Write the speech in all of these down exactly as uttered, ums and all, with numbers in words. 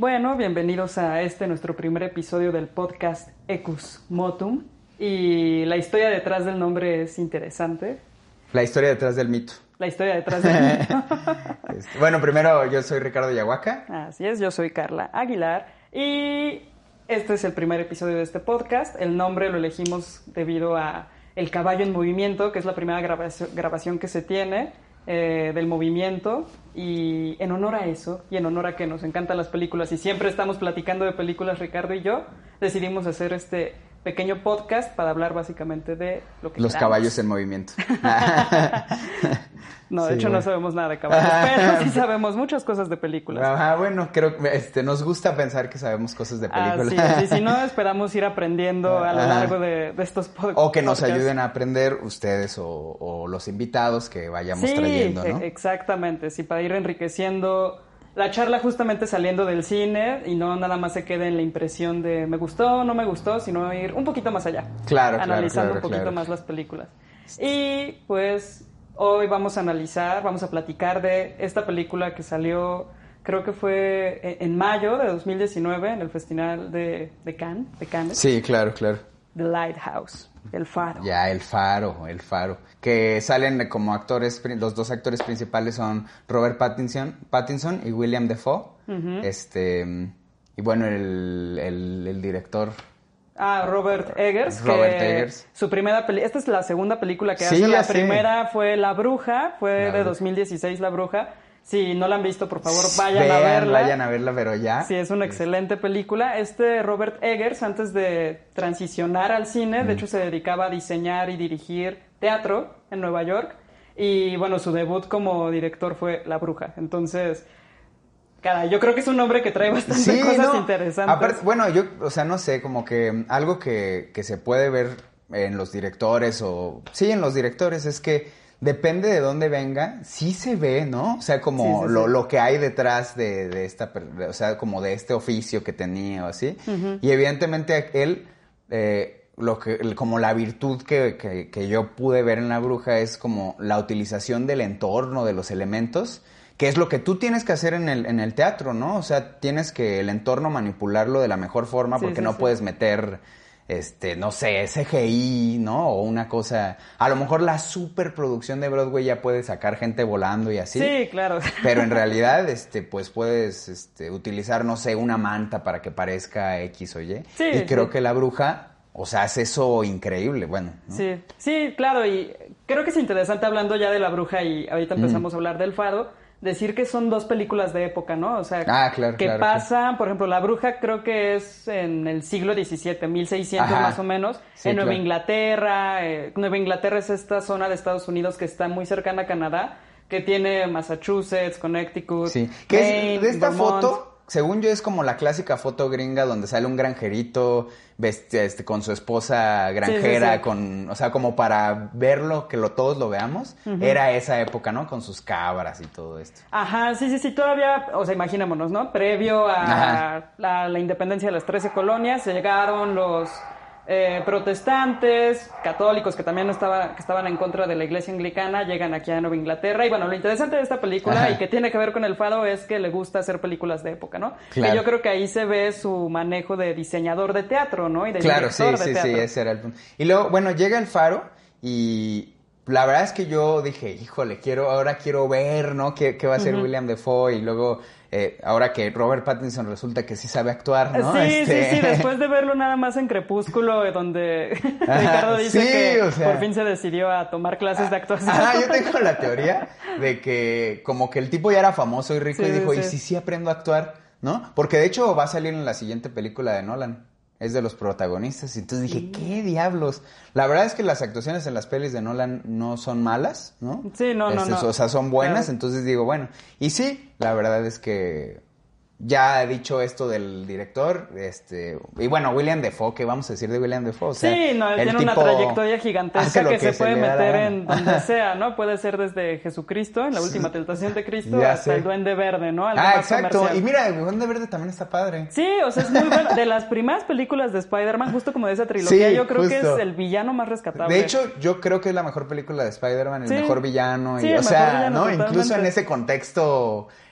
bueno, bienvenidos a este nuestro primer episodio del podcast Ecus Motum. Y la historia detrás del nombre es interesante. La historia detrás del mito. La historia detrás del mito. Bueno, primero yo soy Ricardo Yahuaca. Así es, yo soy Carla Aguilar. Y este es el primer episodio de este podcast. El nombre lo elegimos debido a El caballo en movimiento, que es la primera grabación, grabación que se tiene eh, del movimiento. Y en honor a eso, y en honor a que nos encantan las películas y siempre estamos platicando de películas, Ricardo y yo, decidimos hacer este pequeño podcast para hablar básicamente de lo que Los queramos. Caballos en movimiento. No, de Sí, hecho bueno. no sabemos nada de caballos, pero sí sabemos muchas cosas de películas. Ajá, bueno, creo que este, nos gusta pensar que sabemos cosas de películas. Así es, y si no, esperamos ir aprendiendo a lo Ajá. largo de, de estos pod- O que nos podcasts. ayuden a aprender ustedes o, o los invitados que vayamos Sí, trayendo, ¿no? e- exactamente, sí, para ir enriqueciendo la charla justamente saliendo del cine y no nada más se quede en la impresión de me gustó o no me gustó, sino ir un poquito más allá. Claro, claro, analizando claro, un poquito claro. más las películas. Y pues hoy vamos a analizar, vamos a platicar de esta película que salió, creo que fue en en mayo de dos mil diecinueve en el Festival de, de Cannes, de Cannes, Sí, claro, claro. The Lighthouse, El Faro. Ya, El Faro, El Faro. Que salen como actores, pri- los dos actores principales son Robert Pattinson, Pattinson y William Dafoe. Ujú. Este, y bueno, el, el, el director. Ah, Robert Eggers. Robert que Eggers. Su primera peli- Esta es la segunda película que Sí, hace. La ya sé. primera fue La Bruja, fue La de Bruja. dos mil dieciséis La Bruja. Si no la han visto, por favor, vayan Vean, a verla. Vayan a verla, pero ya. Sí, es una excelente película. Este Robert Eggers, antes de transicionar al cine, de hecho se dedicaba a diseñar y dirigir teatro en Nueva York. Y bueno, su debut como director fue La Bruja. Entonces, cara, yo creo que es un hombre que trae bastantes Sí, cosas no. interesantes. Aparte, bueno, yo, o sea, no sé, como que algo que, que se puede ver en los directores o... Sí, en los directores es que depende de dónde venga, sí se ve, ¿no? O sea, como Sí, sí, lo, sí. lo que hay detrás de, de esta... per- O sea, como de este oficio que tenía o así. Ujú. Y evidentemente él... Eh, lo que, el- como la virtud que, que, que yo pude ver en La Bruja es como la utilización del entorno, de los elementos, que es lo que tú tienes que hacer en el, en el teatro, ¿no? O sea, tienes que el entorno manipularlo de la mejor forma Sí, porque sí, no sí. puedes meter, este, no sé, C G I, ¿no? O una cosa... A lo mejor la superproducción de Broadway ya puede sacar gente volando y así. Sí, claro. Pero en realidad, este, pues puedes este, utilizar, no sé, una manta para que parezca X o Y. Sí, y creo sí. que La Bruja, o sea, hace eso increíble, bueno, ¿no? Sí, sí, claro, y creo que es interesante hablando ya de La Bruja y ahorita empezamos a hablar del Faro, decir que son dos películas de época, ¿no? O sea, Ah, claro, que claro, pasan, por ejemplo, La Bruja creo que es en el siglo diecisiete, mil seiscientos Ajá. más o menos, Sí, en Nueva claro. Inglaterra. eh, Nueva Inglaterra es esta zona de Estados Unidos que está muy cercana a Canadá, que tiene Massachusetts, Connecticut, Sí, que Maine, es, de esta Vermont. foto, según yo, es como la clásica foto gringa donde sale un granjerito vesti- este, con su esposa granjera, Sí, sí, sí. con, o sea, como para verlo, que lo, todos lo veamos. Era esa época, ¿no? Con sus cabras y todo esto. Ajá, sí, sí, sí, todavía, o sea, imaginémonos, ¿no? Previo a Ajá. la, la independencia de las trece colonias, llegaron los eh, protestantes, católicos, que también estaba, que estaban en contra de la iglesia anglicana, llegan aquí a Nueva Inglaterra. Y bueno, lo interesante de esta película, Ajá. y que tiene que ver con el Faro, es que le gusta hacer películas de época, ¿no? Claro. Y yo creo que ahí se ve su manejo de diseñador de teatro, ¿no? Y de Claro, sí, director de sí, sí, teatro. ese era el punto. Y luego, bueno, llega El Faro y la verdad es que yo dije, híjole, quiero, ahora quiero ver, ¿no? ¿Qué, qué va a hacer Ujú. William Dafoe? Y luego, eh, ahora que Robert Pattinson resulta que sí sabe actuar, ¿no? Sí, Este- sí, sí, después de verlo nada más en Crepúsculo, eh, donde Ricardo dice sí, que o sea. por fin se decidió a tomar clases de actuación. Ah, yo tengo la teoría de que como que el tipo ya era famoso y rico Sí, y dijo, sí, ¿y sí. si sí aprendo a actuar? ¿No? Porque de hecho va a salir en la siguiente película de Nolan. Es de los protagonistas. Y entonces dije, ¿qué diablos? La verdad es que las actuaciones en las pelis de Nolan no son malas, ¿no? Sí, no, no, Este, no. O sea, son buenas. Claro. Entonces digo, bueno. Y sí, la verdad es que ya he dicho esto del director, este, y bueno, William Dafoe, ¿qué vamos a decir de William Dafoe? O sea, Sí, no, él el tiene una tipo trayectoria hace gigantesca lo que, se, se puede le da la meter gana. en donde sea, ¿no? Puede ser desde Jesucristo, en la última tentación de Cristo, Ya hasta sé. el Duende Verde, ¿no? Algo Ah, más exacto. comercial. Y mira, el Duende Verde también está padre. Sí, o sea, es muy bueno. De las primeras películas de Spider-Man, justo como de esa trilogía, Sí, yo creo que justo. es el villano más rescatable. De hecho, yo creo que es la mejor película de Spider-Man, el Sí. mejor villano. Sí, Y, el o mejor sea, villano, ¿no? totalmente. Incluso en ese contexto,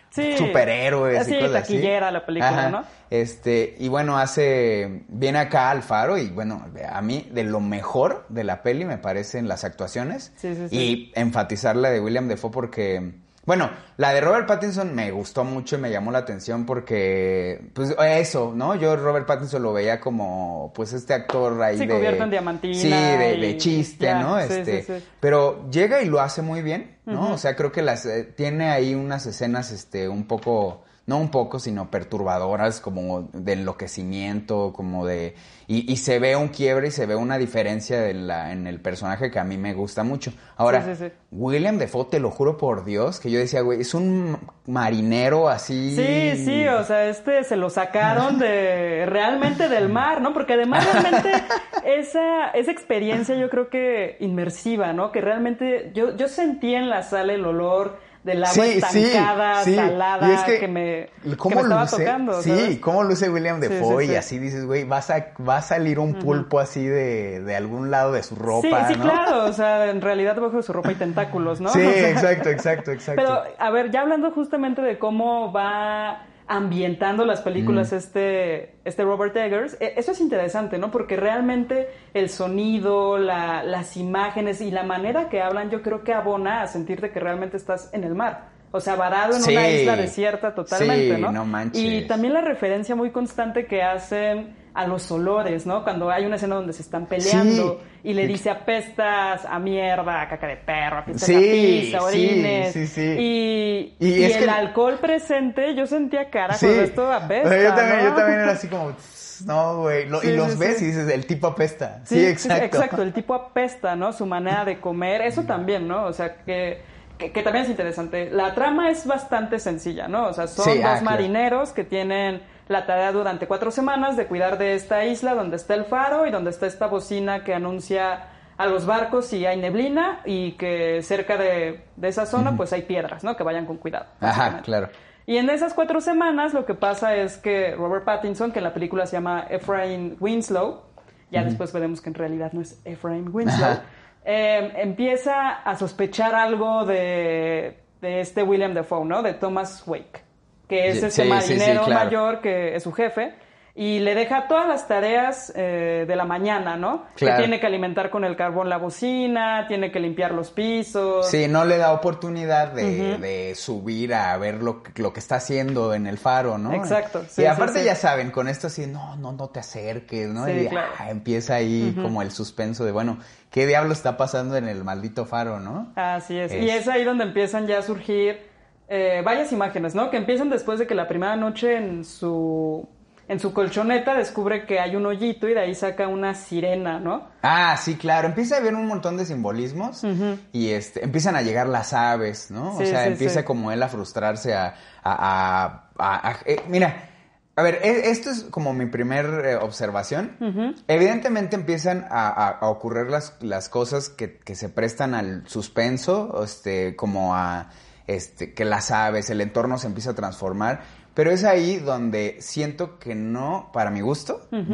sí, superhéroes sí, y cosas taquillera así. la película, Ajá. ¿no? Este, y bueno, hace, viene acá al Faro y bueno, a mí de lo mejor de la peli me parecen las actuaciones. Sí, sí, sí. Y enfatizar la de William Dafoe porque, bueno, la de Robert Pattinson me gustó mucho y me llamó la atención porque, pues eso, ¿no? Yo Robert Pattinson lo veía como, pues este actor ahí sí, de... cubierto en diamantina. Sí, de, y... de chiste, ya, ¿no? Sí, este, sí, sí. Pero llega y lo hace muy bien, ¿no? Uh-huh. O sea, creo que las eh, tiene ahí unas escenas, este, un poco... No un poco, sino perturbadoras, como de enloquecimiento, como de... Y, y se ve un quiebre y se ve una diferencia de la, en el personaje que a mí me gusta mucho. Ahora, sí, sí, sí. William Dafoe, te lo juro por Dios, que yo decía, güey, es un marinero así... Sí, sí, o sea, este se lo sacaron de realmente del mar, ¿no? Porque además realmente esa, esa experiencia yo creo que inmersiva, ¿no? Que realmente yo, yo sentí en la sala el olor del agua sí, estancada, sí, sí. salada, Y es que, que me, ¿cómo que me estaba luce? tocando, Sí, ¿sabes? cómo luce William Dafoe Sí, sí, y sí. así dices, güey, va a, va a salir un pulpo uh-huh. así de, de algún lado de su ropa, Sí, sí, ¿no? claro, o sea, en realidad debajo de su ropa hay tentáculos, ¿no? Sí, o sea, exacto, exacto, exacto. Pero, a ver, ya hablando justamente de cómo va ambientando las películas mm. este, este Robert Eggers, eso es interesante, ¿no? Porque realmente el sonido, la, las imágenes y la manera que hablan yo creo que abona a sentirte que realmente estás en el mar. O sea, varado en sí, una isla desierta totalmente, sí, ¿no? no manches. Y también la referencia muy constante que hacen a los olores, ¿no? Cuando hay una escena donde se están peleando sí. y le dice apestas a mierda, a caca de perro, apestas sí, a pizza, orines. Sí, sí, sí. Y, y, y es el que... alcohol presente, yo sentía carajo, sí. esto apesta, o sea, yo, también, ¿no? yo también era así como... No, güey. Lo, sí, y los sí, ves sí. y dices, el tipo apesta. Sí, sí exacto. Sí, exacto, el tipo apesta, ¿no? Su manera de comer, eso también, ¿no? O sea, que... Que, que también es interesante. La trama es bastante sencilla, ¿no? O sea, son sí, dos ah, marineros claro. que tienen la tarea durante cuatro semanas de cuidar de esta isla donde está el faro y donde está esta bocina que anuncia a los barcos si hay neblina y que cerca de, de esa zona uh-huh. pues hay piedras, ¿no? Que vayan con cuidado. Ajá, claro. Y en esas cuatro semanas lo que pasa es que Robert Pattinson, que en la película se llama Ephraim Winslow, ya uh-huh. después veremos que en realidad no es Ephraim Winslow, Ajá. Eh, empieza a sospechar algo de, de este William Dafoe, ¿no? De Thomas Wake, que es este sí, marinero sí, sí, claro. mayor que es su jefe, y le deja todas las tareas eh, de la mañana, ¿no? Claro. Que tiene que alimentar con el carbón la bocina, tiene que limpiar los pisos. Sí, no le da oportunidad de, uh-huh. de subir a ver lo, lo que está haciendo en el faro, ¿no? Exacto. Sí, y aparte sí, sí. ya saben, con esto así, no, no, no te acerques, ¿no? Sí, y claro. ah, empieza ahí uh-huh. como el suspenso de, bueno, ¿qué diablo está pasando en el maldito faro, no? Así es. es... Y es ahí donde empiezan ya a surgir eh, varias imágenes, ¿no? Que empiezan después de que la primera noche en su... En su colchoneta descubre que hay un hoyito y de ahí saca una sirena, ¿no? Ah, sí, claro. Empieza a haber un montón de simbolismos uh-huh. y este, empiezan a llegar las aves, ¿no? Sí, o sea, sí, empieza sí. como él a frustrarse a... a, a, a, a eh, mira, a ver, esto es como mi primer eh, observación. Uh-huh. Evidentemente empiezan a, a, a ocurrir las, las cosas que, que se prestan al suspenso, este, como a este, que las aves, el entorno se empieza a transformar. Pero es ahí donde siento que no, para mi gusto, uh-huh.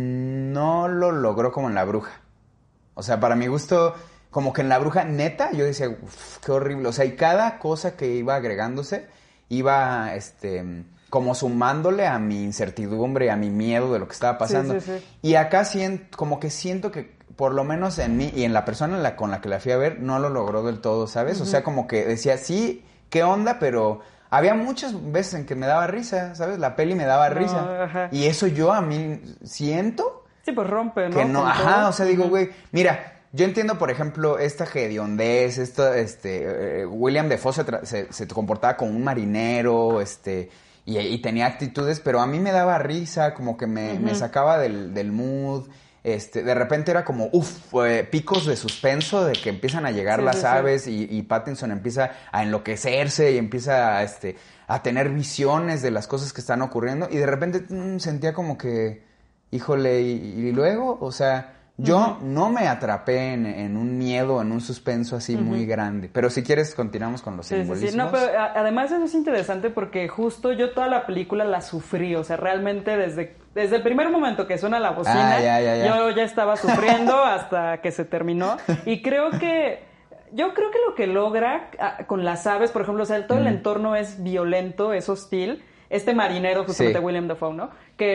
no lo logró como en La Bruja. O sea, para mi gusto, como que en La Bruja, neta, yo decía, uff, qué horrible. O sea, y cada cosa que iba agregándose, iba, este, como sumándole a mi incertidumbre, a mi miedo de lo que estaba pasando. Sí, sí, sí. Y acá siento, como que siento que, por lo menos en mí y en la persona en la, con la que la fui a ver, no lo logró del todo, ¿sabes? Uh-huh. O sea, como que decía, sí, qué onda, pero... Había muchas veces en que me daba risa, ¿sabes? La peli me daba risa. No, ajá. Y eso yo a mí siento... Sí, pues rompe, ¿no? Que no, Con ajá, todo. O sea, digo, güey, mira, yo entiendo, por ejemplo, esta hediondez, esto, este, eh, William Dafoe se, tra- se, se comportaba como un marinero, este, y, y tenía actitudes, pero a mí me daba risa, como que me, uh-huh. me sacaba del, del mood... Este, de repente era como, uff, eh, picos de suspenso de que empiezan a llegar sí, las sí, aves sí. Y, y Pattinson empieza a enloquecerse y empieza a, este, a tener visiones de las cosas que están ocurriendo y de repente mmm, sentía como que, híjole, y, y luego, o sea, yo uh-huh. no me atrapé en, en un miedo, en un suspenso así uh-huh. muy grande. Pero si quieres continuamos con los sí, simbolismos. Sí, sí. No, pero a, además eso es interesante porque justo yo toda la película la sufrí, o sea, realmente desde, desde el primer momento que suena la bocina, ah, ya, ya, ya. yo ya estaba sufriendo hasta que se terminó. Y creo que yo creo que lo que logra ah, con las aves, por ejemplo, o sea, todo mm. el entorno es violento, es hostil. Este marinero, justamente sí. William Dafoe, ¿no?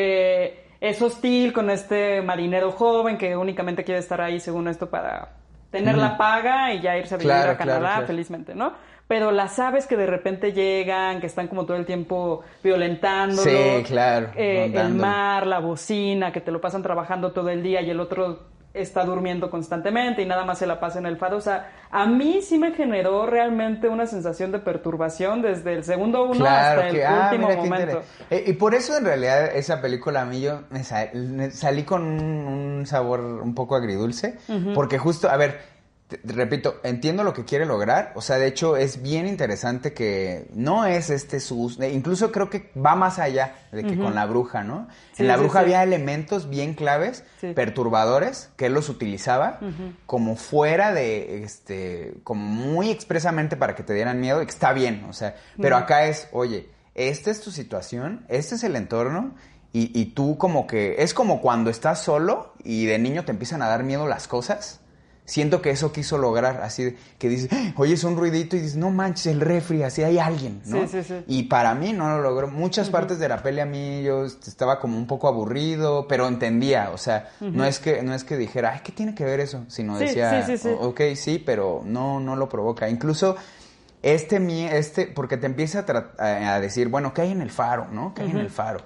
Que es hostil con este marinero joven que únicamente quiere estar ahí, según esto, para tener mm. la paga y ya irse a vivir claro, a Canadá claro, claro. felizmente, ¿no? Pero las aves que de repente llegan, que están como todo el tiempo violentándolo. Sí, claro. Eh, el mar, la bocina, que te lo pasan trabajando todo el día y el otro está durmiendo constantemente y nada más se la pasa en el faro. O sea, a mí sí me generó realmente una sensación de perturbación desde el segundo uno claro hasta que, el ah, último mira, momento. Eh, y por eso en realidad esa película a mí yo me, sal, me salí con un, un sabor un poco agridulce. Uh-huh. Porque justo, a ver... Te, te repito, entiendo lo que quiere lograr, o sea, de hecho es bien interesante que no es este sus, incluso creo que va más allá de que uh-huh. con la bruja, ¿no? Sí, en la bruja sí, sí. había elementos bien claves, sí. perturbadores, que él los utilizaba uh-huh. como fuera de, este, como muy expresamente para que te dieran miedo, y que está bien, o sea, pero uh-huh. acá es, oye, esta es tu situación, este es el entorno, y, y tú como que, es como cuando estás solo y de niño te empiezan a dar miedo las cosas. Siento que eso quiso lograr, así que dices, oye, es un ruidito y dices, no manches, el refri, así hay alguien, ¿no? Sí, sí, sí. Y para mí no lo logró. Muchas uh-huh. partes de la peli a mí yo estaba como un poco aburrido, pero entendía, o sea, uh-huh. no es que no es que dijera, ay, ¿qué tiene que ver eso? Sino sí, decía, sí, sí, sí. Oh, ok, sí, pero no, no lo provoca. Incluso este, este porque te empieza a, tra- a decir, bueno, ¿qué hay en el faro, no? ¿Qué hay uh-huh. en el faro?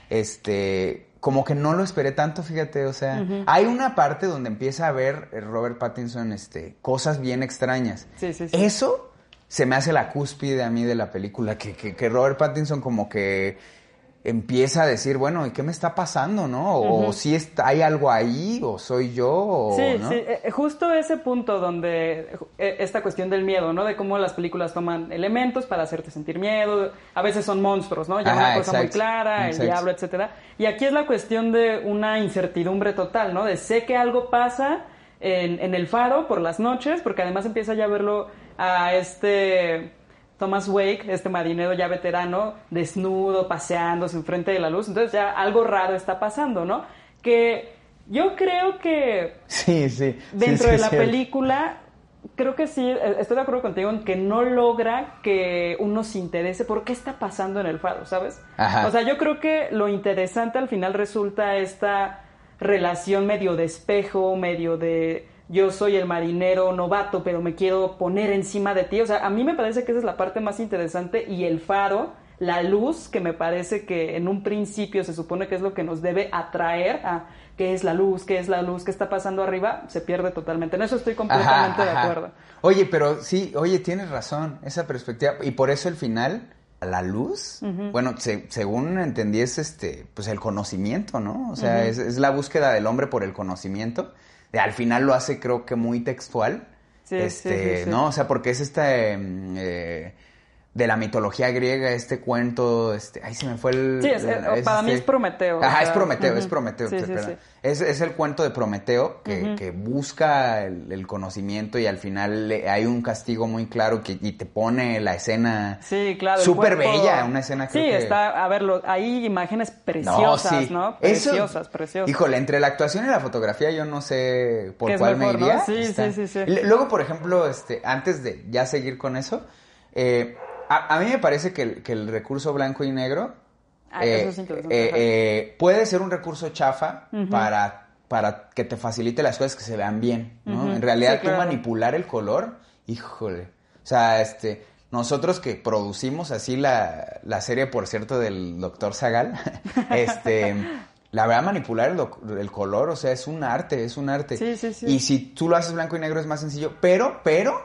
Este... Como que no lo esperé tanto, fíjate, o sea, uh-huh. hay una parte donde empieza a ver Robert Pattinson este, cosas bien extrañas. Sí, sí, sí. Eso se me hace la cúspide a mí de la película, que, que, que Robert Pattinson como que empieza a decir, bueno, ¿y qué me está pasando, no? O uh-huh. si está, hay algo ahí, o soy yo, o sí, ¿no? Sí, eh, justo ese punto donde eh, esta cuestión del miedo, ¿no? De cómo las películas toman elementos para hacerte sentir miedo, a veces son monstruos, ¿no? Ya Ajá, una cosa exacto, muy clara, exacto. el diablo, etcétera. Y aquí es la cuestión de una incertidumbre total, ¿no? De sé que algo pasa en, en el faro por las noches, porque además empieza ya a verlo a este... Thomas Wake, este marinero ya veterano, desnudo, paseándose enfrente de la luz. Entonces ya algo raro está pasando, ¿no? Que yo creo que sí, sí, dentro sí, sí, de la sí. película, creo que sí, estoy de acuerdo contigo en que no logra que uno se interese por qué está pasando en el faro, ¿sabes? Ajá. O sea, yo creo que lo interesante al final resulta esta relación medio de espejo, medio de... yo soy el marinero novato, pero me quiero poner encima de ti. O sea, a mí me parece que esa es la parte más interesante. Y el faro, la luz, que me parece que en un principio se supone que es lo que nos debe atraer a qué es la luz, qué es la luz, qué está pasando arriba, se pierde totalmente. En eso estoy completamente ajá, ajá. de acuerdo. Oye, pero sí, oye, tienes razón, esa perspectiva. Y por eso el final... La luz, uh-huh. bueno, se, según entendí es este, pues el conocimiento, ¿no? O sea, uh-huh. es, es la búsqueda del hombre por el conocimiento. De, al final lo hace, creo que muy textual. Sí, este, sí, sí, sí. ¿no? O sea, porque es este eh, de la mitología griega, este cuento, este, ay, se me fue el... Sí, es, es, es para este, mí es Prometeo. Ajá, o sea, es Prometeo, uh-huh. es Prometeo. Sí, sí, sí. Es, es el cuento de Prometeo que, uh-huh. que busca el, el conocimiento y al final le, hay un castigo muy claro que, y te pone la escena sí, claro, súper cuerpo... bella, una escena sí, que... está, a ver, lo, hay imágenes preciosas, ¿no? Sí. ¿no? Preciosas, Eso, preciosas. Híjole, entre la actuación y la fotografía yo no sé por cuál mejor, me iría. ¿no? Sí, está. sí, sí, sí. Luego, por ejemplo, este, antes de ya seguir con eso, eh, a, a mí me parece que el, que el recurso blanco y negro ah, eh, eso es interesante. Eh, eh, puede ser un recurso chafa uh-huh. para, para que te facilite las cosas que se vean bien, ¿no? Uh-huh. En realidad, sí, claro. Tú manipular el color, híjole. O sea, este, nosotros que producimos así la, la serie, por cierto, del doctor Zagal, este... La verdad, manipular el, el color, o sea, es un arte, es un arte. Sí, sí, sí. Y si tú lo haces blanco y negro es más sencillo, pero, pero,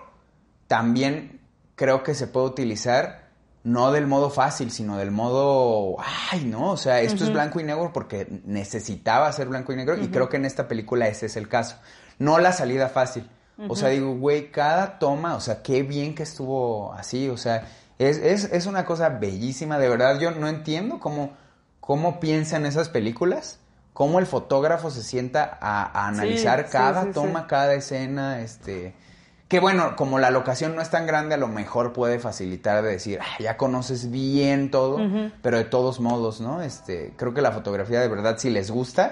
también creo que se puede utilizar no del modo fácil, sino del modo, ay, no, o sea, esto uh-huh. es blanco y negro porque necesitaba ser blanco y negro uh-huh. y creo que en esta película ese es el caso. No la salida fácil. Uh-huh. O sea, digo, güey, cada toma, o sea, qué bien que estuvo así, o sea, es, es, es una cosa bellísima, de verdad, yo no entiendo cómo... cómo piensan esas películas, cómo el fotógrafo se sienta a, a analizar sí, cada sí, sí, toma, sí. cada escena, este... Que bueno, como la locación no es tan grande, a lo mejor puede facilitar de decir, ah, ya conoces bien todo, uh-huh. pero de todos modos, ¿no? Este, creo que la fotografía de verdad, si les gusta,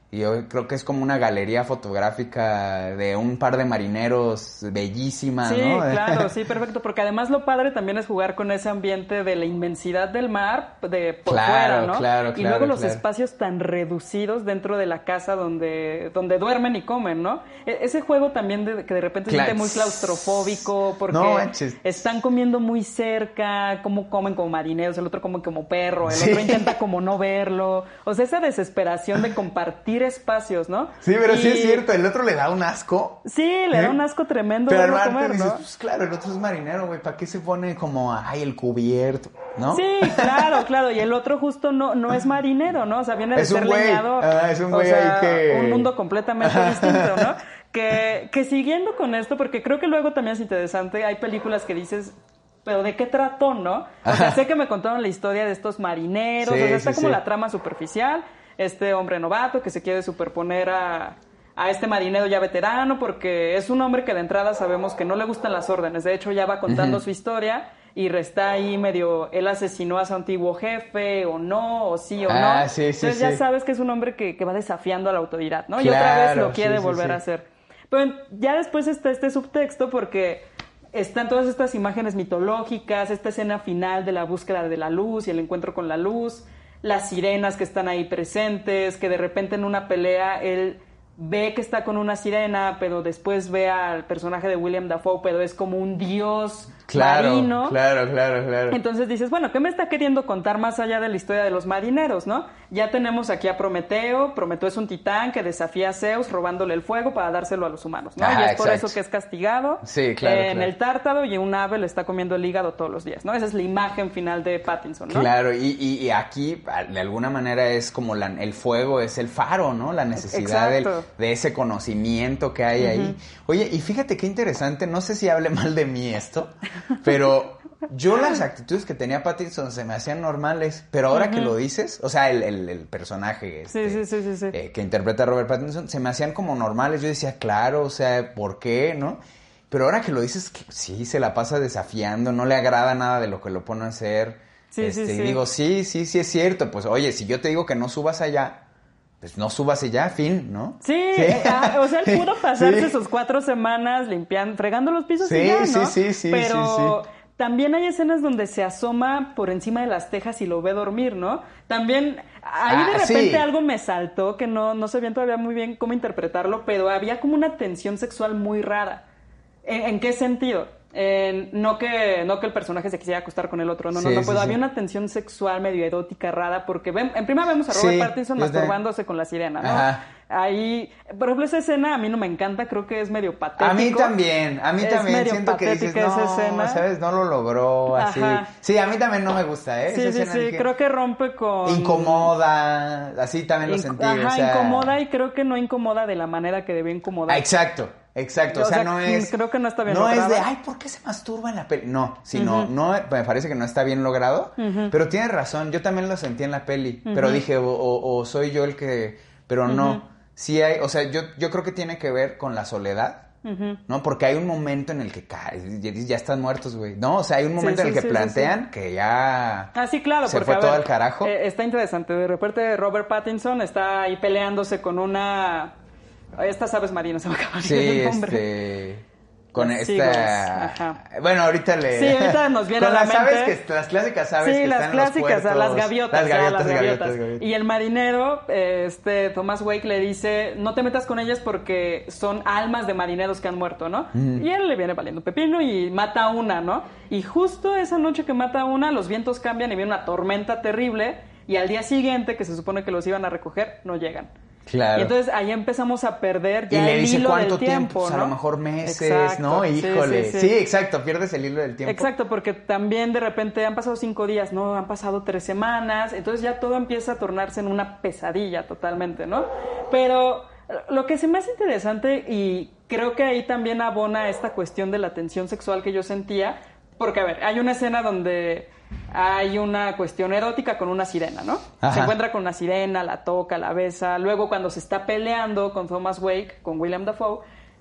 Y yo creo que es como una galería fotográfica de un par de marineros bellísima, sí, ¿no? Sí, claro, sí, perfecto. Porque además lo padre también es jugar con ese ambiente de la inmensidad del mar de por claro, fuera, ¿no? Claro, y claro, luego los claro. espacios tan reducidos dentro de la casa donde, donde duermen y comen, ¿no? E- ese juego también de, que de repente se Cla- siente muy claustrofóbico porque No manches. están comiendo muy cerca, cómo comen como marineros, el otro come como perro, el Sí. otro intenta como no verlo. O sea, esa desesperación de compartir espacios, ¿no? Sí, pero y... sí es cierto, el otro le da un asco. Sí, le ¿Eh? da un asco tremendo Pero verlo aparte comer, dices, ¿no? pues claro, el otro es marinero, güey, ¿para qué se pone como, ay, el cubierto, ¿no? Sí, claro, claro, y el otro justo no, no es marinero, ¿no? O sea, viene de Es un ser güey. leñador. Ah, es un O güey sea, ahí que- un mundo completamente distinto, ¿no? Que, que siguiendo con esto, porque creo que luego también es interesante, hay películas que dices, pero ¿de qué trató, no? O sea, sé que me contaron la historia de estos marineros, Sí, o sea, está sí, como sí. la trama superficial, este hombre novato que se quiere superponer a, a este marinero ya veterano, porque es un hombre que de entrada sabemos que no le gustan las órdenes, de hecho ya va contando Ujú. su historia y está ahí medio, él asesinó a su antiguo jefe, o no, o sí o Ah, no. sí, sí, Entonces ya sí. sabes que es un hombre que, que va desafiando a la autoridad, ¿no? y otra vez Claro, lo quiere sí, sí, volver sí. a hacer. Pero ya después está este subtexto porque están todas estas imágenes mitológicas, esta escena final de la búsqueda de la luz y el encuentro con la luz, las sirenas que están ahí presentes, que de repente en una pelea él ve que está con una sirena, pero después ve al personaje de William Dafoe, pero es como un dios Claro, marino. claro, claro, claro. Entonces dices, bueno, ¿qué me está queriendo contar más allá de la historia de los marineros, no? Ya tenemos aquí a Prometeo. Prometeo es un titán que desafía a Zeus robándole el fuego para dárselo a los humanos, ¿no? Ah, y es por exacto. eso que es castigado Sí, claro, en claro. el Tártaro, y un ave le está comiendo el hígado todos los días, ¿no? Esa es la imagen final de Pattinson, ¿no? Claro, y, y, y aquí de alguna manera es como la, el fuego es el faro, ¿no? La necesidad del, Exacto. de ese conocimiento que hay ahí. Oye, y fíjate qué interesante, no sé si hable mal de mí esto, pero yo las actitudes que tenía Pattinson se me hacían normales, pero ahora Ujú. que lo dices, o sea, el, el, el personaje este, Sí, sí, sí, sí, sí. eh, que interpreta a Robert Pattinson, se me hacían como normales. Yo decía, claro, o sea, ¿por qué, no? Pero ahora que lo dices, que sí, se la pasa desafiando, no le agrada nada de lo que lo pone a hacer. Sí, este, sí, y sí. digo, sí, sí, sí es cierto. Pues oye, si yo te digo que no subas allá, pues no subas allá, fin, ¿no? Sí, eh, ah, o sea, él pudo pasarse Sí. sus cuatro semanas limpiando, fregando los pisos Sí, y ya, ¿no? sí, sí, sí, Pero sí, también hay escenas donde se asoma por encima de las tejas y lo ve dormir, ¿no? También ahí Ah, de repente sí. algo me saltó que no, no sabía todavía muy bien cómo interpretarlo, pero había como una tensión sexual muy rara. ¿En, en qué sentido? En- no, que, no que el personaje se quisiera acostar con el otro, no, no, Sí, no, sí, pero sí. había una tensión sexual medio erótica rara, porque ven, en primera vemos a Robert Sí, Pattinson yo te- masturbándose con la sirena, ¿no? Ajá. Ahí, por ejemplo, esa escena a mí no me encanta, creo que es medio patético. A mí también, a mí Es también medio siento que dices, patética esa no, escena. ¿sabes? No lo logró, así. Ajá. Sí, a mí también no me gusta, ¿eh? Sí, Esa sí, escena sí, dije, creo que rompe con... incomoda, así también lo Inc- sentí, Ajá, o sea... incomoda, y creo que no incomoda de la manera que debía incomodar. Ah, exacto, exacto, o, O sea, sea, no es... creo que no está bien No logrado. es de, ay, ¿por qué se masturba en la peli? No, sino, Ujú. no, me parece que no está bien logrado, Ujú. pero tienes razón, yo también lo sentí en la peli, pero Ujú. dije, o, o- o soy yo el que... Pero no, Ujú. sí hay, o sea, yo, yo creo que tiene que ver con la soledad. Ujú. ¿No? Porque hay un momento en el que cae, ya, ya están muertos, güey. No, o sea, hay un momento Sí, en el sí, que sí, plantean sí, sí. que ya Ah, sí, claro, se porque fue a todo ver, al carajo. eh, está interesante. De repente Robert Pattinson está ahí peleándose con una... Estas aves marinas, se me acaba de Sí, olvidar el nombre. este... Con Las esta... seagulls, ajá. Bueno, ahorita le... Sí, ahorita nos viene Con a la las aves mente. que... Las clásicas aves Sí, que las están en los clásicas, puertos. las gaviotas, Las ya, gaviotas, las gaviotas, gaviotas. gaviotas. Y el marinero, eh, este, Thomas Wake le dice, no te metas con ellas porque son almas de marineros que han muerto, ¿no? Mm. Y él le viene valiendo pepino y mata a una, ¿no? Y justo esa noche que mata a una, los vientos cambian y viene una tormenta terrible, y al día siguiente, que se supone que los iban a recoger, no llegan. Claro. Y entonces ahí empezamos a perder Y ya le el dice hilo cuánto del tiempo, Pues ¿no? a lo mejor meses, Exacto, ¿no? sí, Híjole. sí, Sí, sí. exacto, pierdes el hilo del tiempo. Exacto, porque también de repente han pasado cinco días, no, han pasado tres semanas, entonces ya todo empieza a tornarse en una pesadilla totalmente, ¿no? Pero lo que se me hace interesante, y creo que ahí también abona esta cuestión de la tensión sexual que yo sentía, porque a ver, hay una escena donde hay una cuestión erótica con una sirena, ¿no? Ajá. Se encuentra con una sirena, la toca, la besa, luego cuando se está peleando con Thomas Wake, con William Dafoe,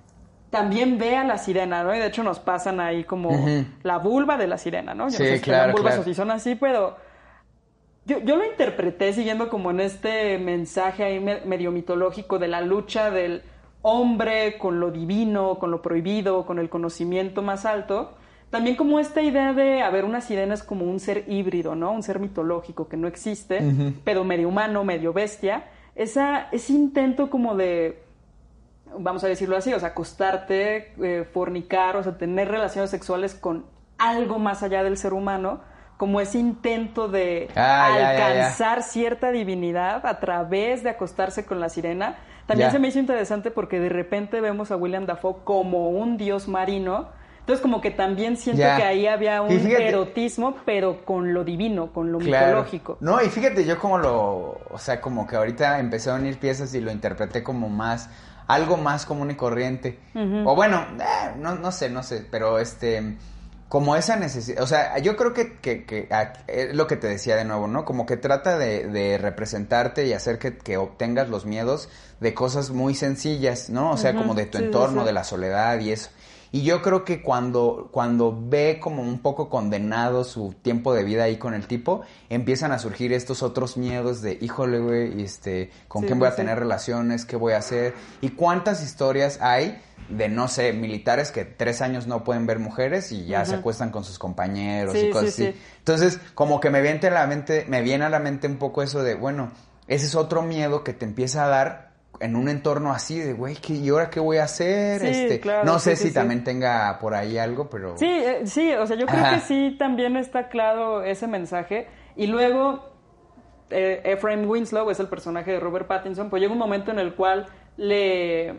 también ve a la sirena, ¿no? Y de hecho nos pasan ahí como Ujú. la vulva de la sirena, ¿no? Yo Sí, no sé si claro, eran vulvas claro. o si son así, pero Yo, yo lo interpreté siguiendo como en este mensaje ahí me, medio mitológico de la lucha del hombre con lo divino, con lo prohibido, con el conocimiento más alto. También como esta idea de, a ver, una sirena es como un ser híbrido, ¿no? Un ser mitológico que no existe, uh-huh. pero medio humano, medio bestia. Esa, ese intento como de, vamos a decirlo así, o sea, acostarte, eh, fornicar, o sea, tener relaciones sexuales con algo más allá del ser humano, como ese intento de ah, alcanzar ya, ya, ya. cierta divinidad a través de acostarse con la sirena. También ya. se me hizo interesante porque de repente vemos a William Dafoe como un dios marino. Entonces como que también siento ya. que ahí había un fíjate, erotismo, pero con lo divino, con lo claro. mitológico. No, y fíjate, yo como lo... O sea, como que ahorita empecé a unir piezas y lo interpreté como más... Algo más común y corriente. Uh-huh. O bueno, eh, no, no sé, no sé, pero este... Como esa necesidad... O sea, yo creo que, que, que es lo que te decía de nuevo, ¿no? Como que trata de, de representarte y hacer que, que obtengas los miedos de cosas muy sencillas, ¿no? O sea, uh-huh. como de tu sí, entorno, sí, sí. de la soledad y eso. Y yo creo que cuando, cuando ve como un poco condenado su tiempo de vida ahí con el tipo, empiezan a surgir estos otros miedos de, híjole, güey, este, ¿con sí, quién voy a sí. tener relaciones? ¿Qué voy a hacer? Y cuántas historias hay de, no sé, militares que tres años no pueden ver mujeres y ya uh-huh. se acuestan con sus compañeros sí, y cosas sí, así. Sí. Entonces, como que me viene a la mente, me viene a la mente un poco eso de, bueno, ese es otro miedo que te empieza a dar en un entorno así de, güey, ¿y ahora qué voy a hacer? Sí, este, claro, no sé sí, si sí, también sí. tenga por ahí algo, pero... Sí, eh, sí, o sea, yo creo Ajá. que sí también está claro ese mensaje. Y luego, eh, Ephraim Winslow es el personaje de Robert Pattinson, pues llega un momento en el cual le,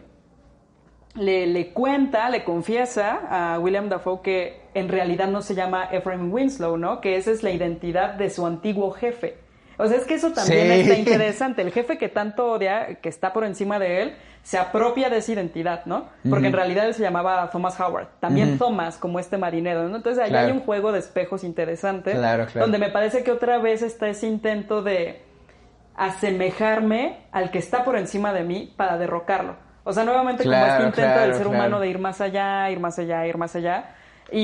le, le cuenta, le confiesa a William Dafoe que en realidad no se llama Ephraim Winslow, ¿no? Que esa es la identidad de su antiguo jefe. O sea, es que eso también sí. está interesante. El jefe que tanto odia, que está por encima de él, se apropia de esa identidad, ¿no? Porque uh-huh. en realidad él se llamaba Thomas Howard. También uh-huh. Thomas, como este marinero, ¿no? Entonces, ahí claro. hay un juego de espejos interesante. Claro, claro. Donde me parece que otra vez está ese intento de asemejarme al que está por encima de mí para derrocarlo. O sea, nuevamente claro, como este intento claro, del ser claro. humano de ir más allá, ir más allá, ir más allá.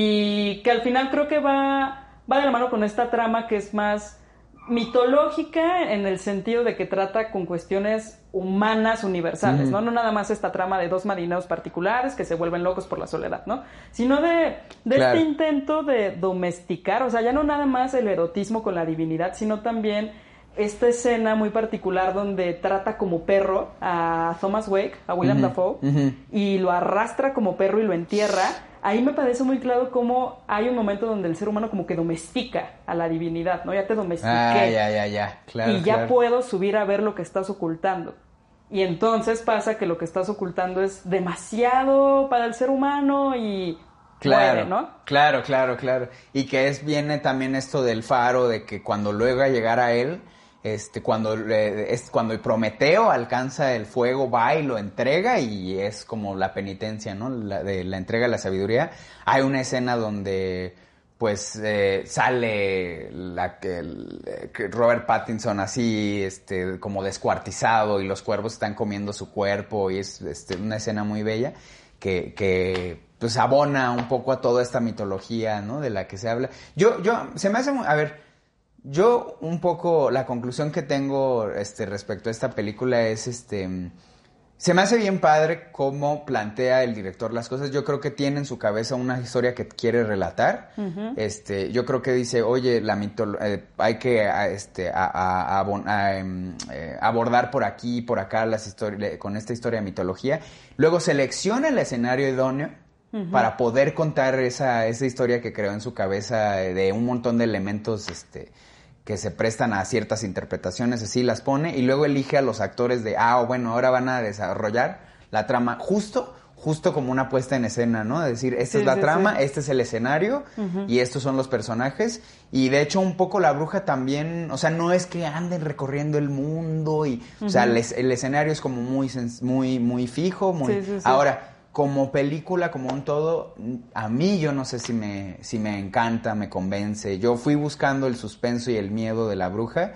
Y que al final creo que va, va de la mano con esta trama que es más... mitológica en el sentido de que trata con cuestiones humanas universales, uh-huh. ¿no? No nada más esta trama de dos marineros particulares que se vuelven locos por la soledad, ¿no? Sino de, de claro. este intento de domesticar, o sea, ya no nada más el erotismo con la divinidad, sino también esta escena muy particular donde trata como perro a Thomas Wake, a William uh-huh. Dafoe, uh-huh. y lo arrastra como perro y lo entierra. Ahí me parece muy claro cómo hay un momento donde el ser humano como que domestica a la divinidad, ¿no? Ya te domestiqué. Ah, ya, ya, ya. Claro, y ya claro. puedo subir a ver lo que estás ocultando. Y entonces pasa que lo que estás ocultando es demasiado para el ser humano y claro, muere, ¿no? Claro, claro, claro. Y que es viene también esto del faro, de que cuando luego a llegar a él... Este, cuando, eh, es cuando Prometeo alcanza el fuego, va y lo entrega y es como la penitencia, ¿no? La, de la entrega de la sabiduría. Hay una escena donde, pues, eh, sale la, el, Robert Pattinson así, este, como descuartizado y los cuervos están comiendo su cuerpo y es este, una escena muy bella que, que, pues, abona un poco a toda esta mitología, ¿no? De la que se habla. Yo, yo, se me hace, muy, a ver... Yo un poco, la conclusión que tengo este, respecto a esta película es, este, se me hace bien padre cómo plantea el director las cosas. Yo creo que tiene en su cabeza una historia que quiere relatar. Uh-huh. Este, yo creo que dice, oye, la mitolo- eh, hay que a, este, a, a, a, a eh, abordar por aquí y por acá las histori- con esta historia de mitología. Luego selecciona el escenario idóneo. Uh-huh. Para poder contar esa, esa historia que creó en su cabeza de un montón de elementos este, que se prestan a ciertas interpretaciones, así las pone, y luego elige a los actores de, ah, bueno, ahora van a desarrollar la trama justo, justo como una puesta en escena, ¿no? Es decir, esta sí, es la sí, trama, sí. este es el escenario, uh-huh. y estos son los personajes, y de hecho un poco la bruja también, o sea, no es que anden recorriendo el mundo, y, uh-huh. o sea, el, el escenario es como muy, muy, muy fijo, muy... Sí, sí, sí. Ahora... Como película, como un todo, a mí yo no sé si me, si me encanta, me convence. Yo fui buscando el suspenso y el miedo de la bruja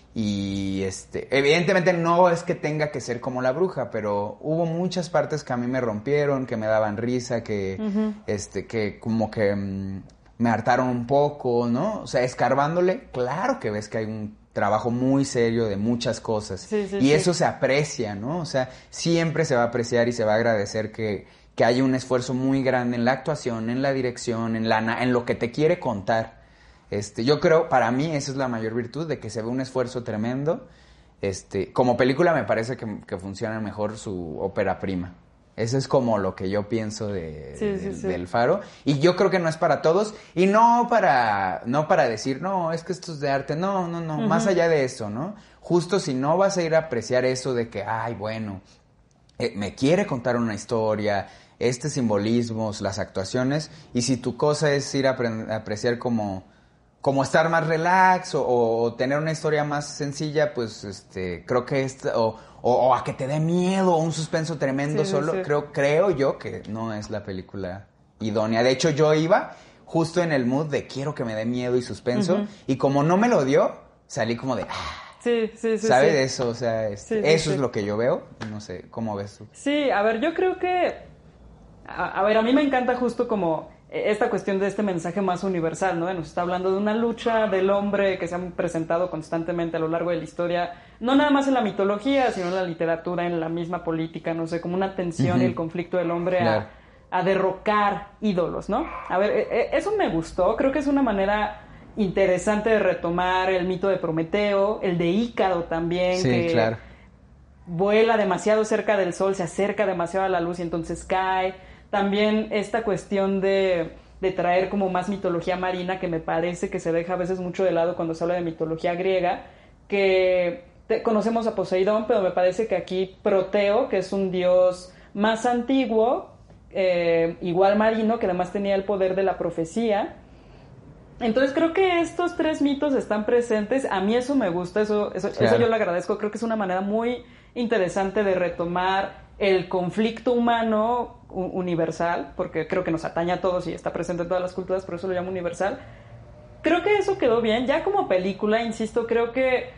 y este, evidentemente no es que tenga que ser como la bruja, pero hubo muchas partes que a mí me rompieron, que me daban risa, que, uh-huh. este, que como que, me hartaron un poco, ¿no? O sea, escarbándole, claro que ves que hay un trabajo muy serio de muchas cosas. Sí, sí, y sí. eso se aprecia, ¿no? O sea, siempre se va a apreciar y se va a agradecer que, que haya un esfuerzo muy grande en la actuación, en la dirección, en, la, en lo que te quiere contar. Este, yo creo, para mí, esa es la mayor virtud, de que se ve un esfuerzo tremendo. Este, como película me parece que, que funciona mejor su ópera prima. Eso es como lo que yo pienso de, sí, sí, de, sí. del Faro. Y yo creo que no es para todos. Y no para, no para decir, no, es que esto es de arte. No, no, no. Uh-huh. Más allá de eso, ¿no? Justo si no vas a ir a apreciar eso de que, ay, bueno, eh, me quiere contar una historia, este simbolismos, las actuaciones. Y si tu cosa es ir a, apre- a apreciar como, como estar más relax o, o tener una historia más sencilla, pues este, creo que esta... O, O, o a que te dé miedo o un suspenso tremendo sí, solo, sí, sí. creo creo yo que no es la película idónea. De hecho, yo iba justo en el mood de quiero que me dé miedo y suspenso, uh-huh. y como no me lo dio, salí como de... Ah, sí, sí, sí. ¿sabes sí. de eso? O sea, este, sí, sí, eso sí. es lo que yo veo. No sé, ¿cómo ves tú? Sí, a ver, yo creo que... A, a ver, a mí me encanta justo como... esta cuestión de este mensaje más universal, ¿no? Nos está hablando de una lucha del hombre que se ha presentado constantemente a lo largo de la historia, no nada más en la mitología, sino en la literatura, en la misma política, no sé, como una tensión uh-huh. y el conflicto del hombre claro. a, a derrocar ídolos, ¿no? A ver, eso me gustó, creo que es una manera interesante de retomar el mito de Prometeo, el de Ícaro también, sí, que claro. vuela demasiado cerca del sol, se acerca demasiado a la luz y entonces cae. También esta cuestión de, de traer como más mitología marina, que me parece que se deja a veces mucho de lado cuando se habla de mitología griega, que te, conocemos a Poseidón, pero me parece que aquí Proteo, que es un dios más antiguo, eh, igual marino, que además tenía el poder de la profecía. Entonces creo que estos tres mitos están presentes, a mí eso me gusta, eso, eso, claro. eso yo lo agradezco, creo que es una manera muy interesante de retomar el conflicto humano universal, porque creo que nos atañe a todos y está presente en todas las culturas, por eso lo llamo universal. Creo que eso quedó bien. Ya como película, insisto, creo que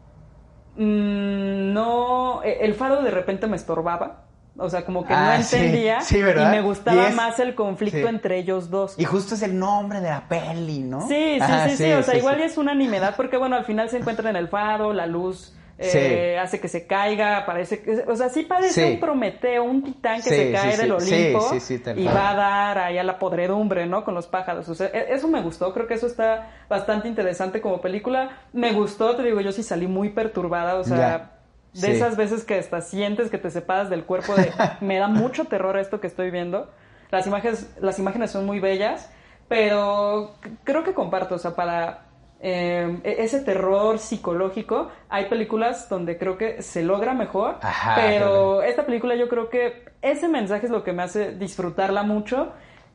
mmm, no... El Faro de repente me estorbaba. O sea, como que ah, no entendía. Sí, sí, y me gustaba y es, más el conflicto sí. entre ellos dos. Y justo es el nombre de la peli, ¿no? Sí, sí, ah, sí, sí, sí. O sea, sí, igual sí. es una nimiedad porque, bueno, al final se encuentran en el faro, la luz... Eh, sí. hace que se caiga, parece que, o sea, sí parece sí. un Prometeo, un titán que sí, se cae sí, del sí. Olimpo sí, sí, sí, y va a dar ahí a la podredumbre, ¿no? Con los pájaros. O sea, eso me gustó, creo que eso está bastante interesante como película. Me gustó, te digo, yo sí salí muy perturbada, o sea, yeah. de sí. esas veces que hasta sientes que te separas del cuerpo de, me da mucho terror esto que estoy viendo. Las imágenes, las imágenes son muy bellas, pero creo que comparto, o sea, para... Eh, ese terror psicológico, hay películas donde creo que se logra mejor, Ajá, pero claro. esta película yo creo que ese mensaje es lo que me hace disfrutarla mucho,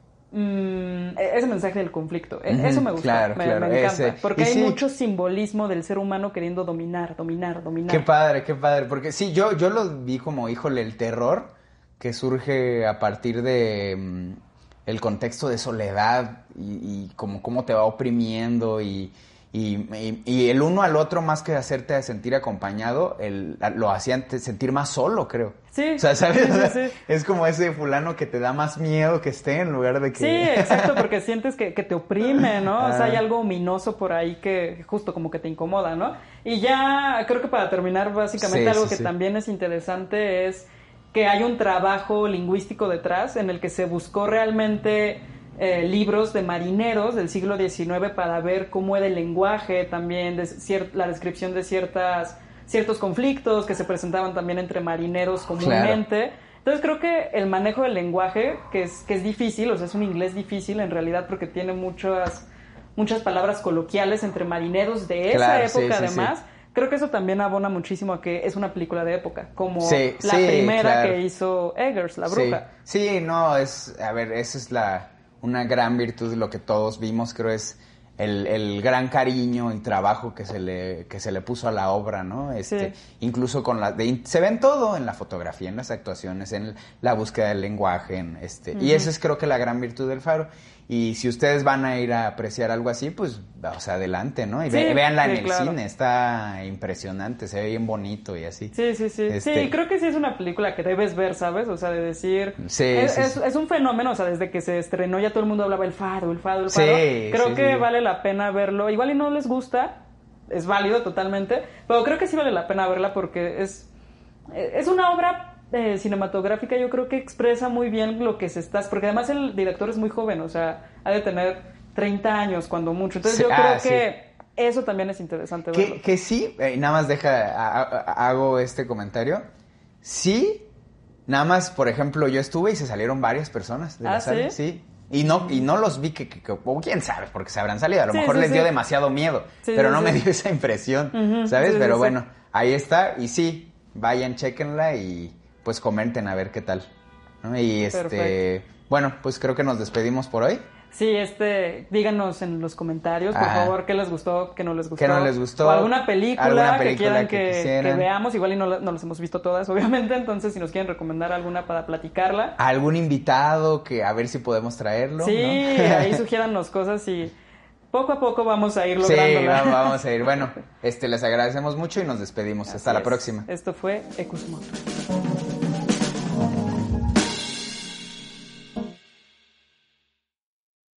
mm, ese mensaje del conflicto, uh-huh, eso me gusta, claro, me, claro, me encanta, ese. porque y hay sí. mucho simbolismo del ser humano queriendo dominar, dominar, dominar. Qué padre, qué padre, porque sí, yo, yo lo vi como, híjole, el terror que surge a partir de... Um, el contexto de soledad y, y como cómo te va oprimiendo y... Y, y, y el uno al otro, más que hacerte sentir acompañado, el, lo hacían sentir más solo, creo. Sí. O sea, ¿sabes? Sí, sí, sí. Es como ese fulano que te da más miedo que esté en lugar de que... Sí, exacto, porque sientes que, que te oprime, ¿no? Ah. O sea, hay algo ominoso por ahí que justo como que te incomoda, ¿no? Y ya creo que para terminar, básicamente sí, algo sí, que sí. también es interesante es que hay un trabajo lingüístico detrás en el que se buscó realmente... Eh, libros de marineros del siglo diecinueve para ver cómo era el lenguaje, también de cier- la descripción de ciertas, ciertos conflictos que se presentaban también entre marineros comúnmente. Claro. Entonces creo que el manejo del lenguaje, que es, que es difícil, o sea, es un inglés difícil en realidad porque tiene muchas, muchas palabras coloquiales entre marineros de esa claro, época sí, sí, además. Sí. Creo que eso también abona muchísimo a que es una película de época, como sí, la sí, primera claro. que hizo Eggers, La Bruja. Sí. sí, no, es, a ver, esa es la... una gran virtud de lo que todos vimos, creo, es el, el gran cariño y trabajo que se le que se le puso a la obra, ¿no? Este, sí. Incluso con la... De, se ven todo en la fotografía, en las actuaciones, en la búsqueda del lenguaje, en este... Uh-huh. Y esa es creo que la gran virtud del Faro. Y si ustedes van a ir a apreciar algo así, pues, o sea, adelante, ¿no? Y sí, ve, véanla sí, en el claro. cine, está impresionante, se ve bien bonito y así. Sí, sí, sí. Este... Sí, creo que sí es una película que debes ver, ¿sabes? O sea, de decir... Sí, es, sí, es, sí. es un fenómeno, o sea, desde que se estrenó ya todo el mundo hablaba el fado, el fado, el fado. Sí, creo sí, que sí. vale la pena verlo. Igual y no les gusta, es válido totalmente, pero creo que sí vale la pena verla porque es, es una obra... Eh, cinematográfica, yo creo que expresa muy bien lo que se está, porque además el director es muy joven, o sea, ha de tener treinta años cuando mucho, entonces Sí, yo ah, creo sí. que eso también es interesante verlo. Que, que sí, eh, nada más deja, a- a- hago este comentario, sí, nada más, por ejemplo, yo estuve y se salieron varias personas de ¿Ah, la sala, sí? sí. Y no, y no los vi que, que, que- o quién sabe, porque se habrán salido. A lo Sí, mejor sí, les dio sí. demasiado miedo, Sí, pero sí, no sí. me dio esa impresión, Ujú, ¿sabes? sí, sí, pero sí. bueno, ahí está. Y sí, vayan, chéquenla y pues comenten a ver qué tal, ¿no? Y este, Perfecto. bueno, pues creo que nos despedimos por hoy. Sí, este, díganos en los comentarios, por Ajá. favor, qué les gustó, qué no les gustó. ¿Qué no les gustó? O alguna película, ¿Alguna película que quieran que que, quisieran? que veamos. Igual y no, la- no las hemos visto todas, obviamente. Entonces, si nos quieren recomendar alguna para platicarla. ¿Algún invitado que a ver si podemos traerlo? Sí, ¿no? ahí sugiérannos cosas y poco a poco vamos a ir Sí, lográndola. va- vamos a ir. Bueno, este, les agradecemos mucho y nos despedimos. Hasta Así la es. próxima. Esto fue Ecusmoto.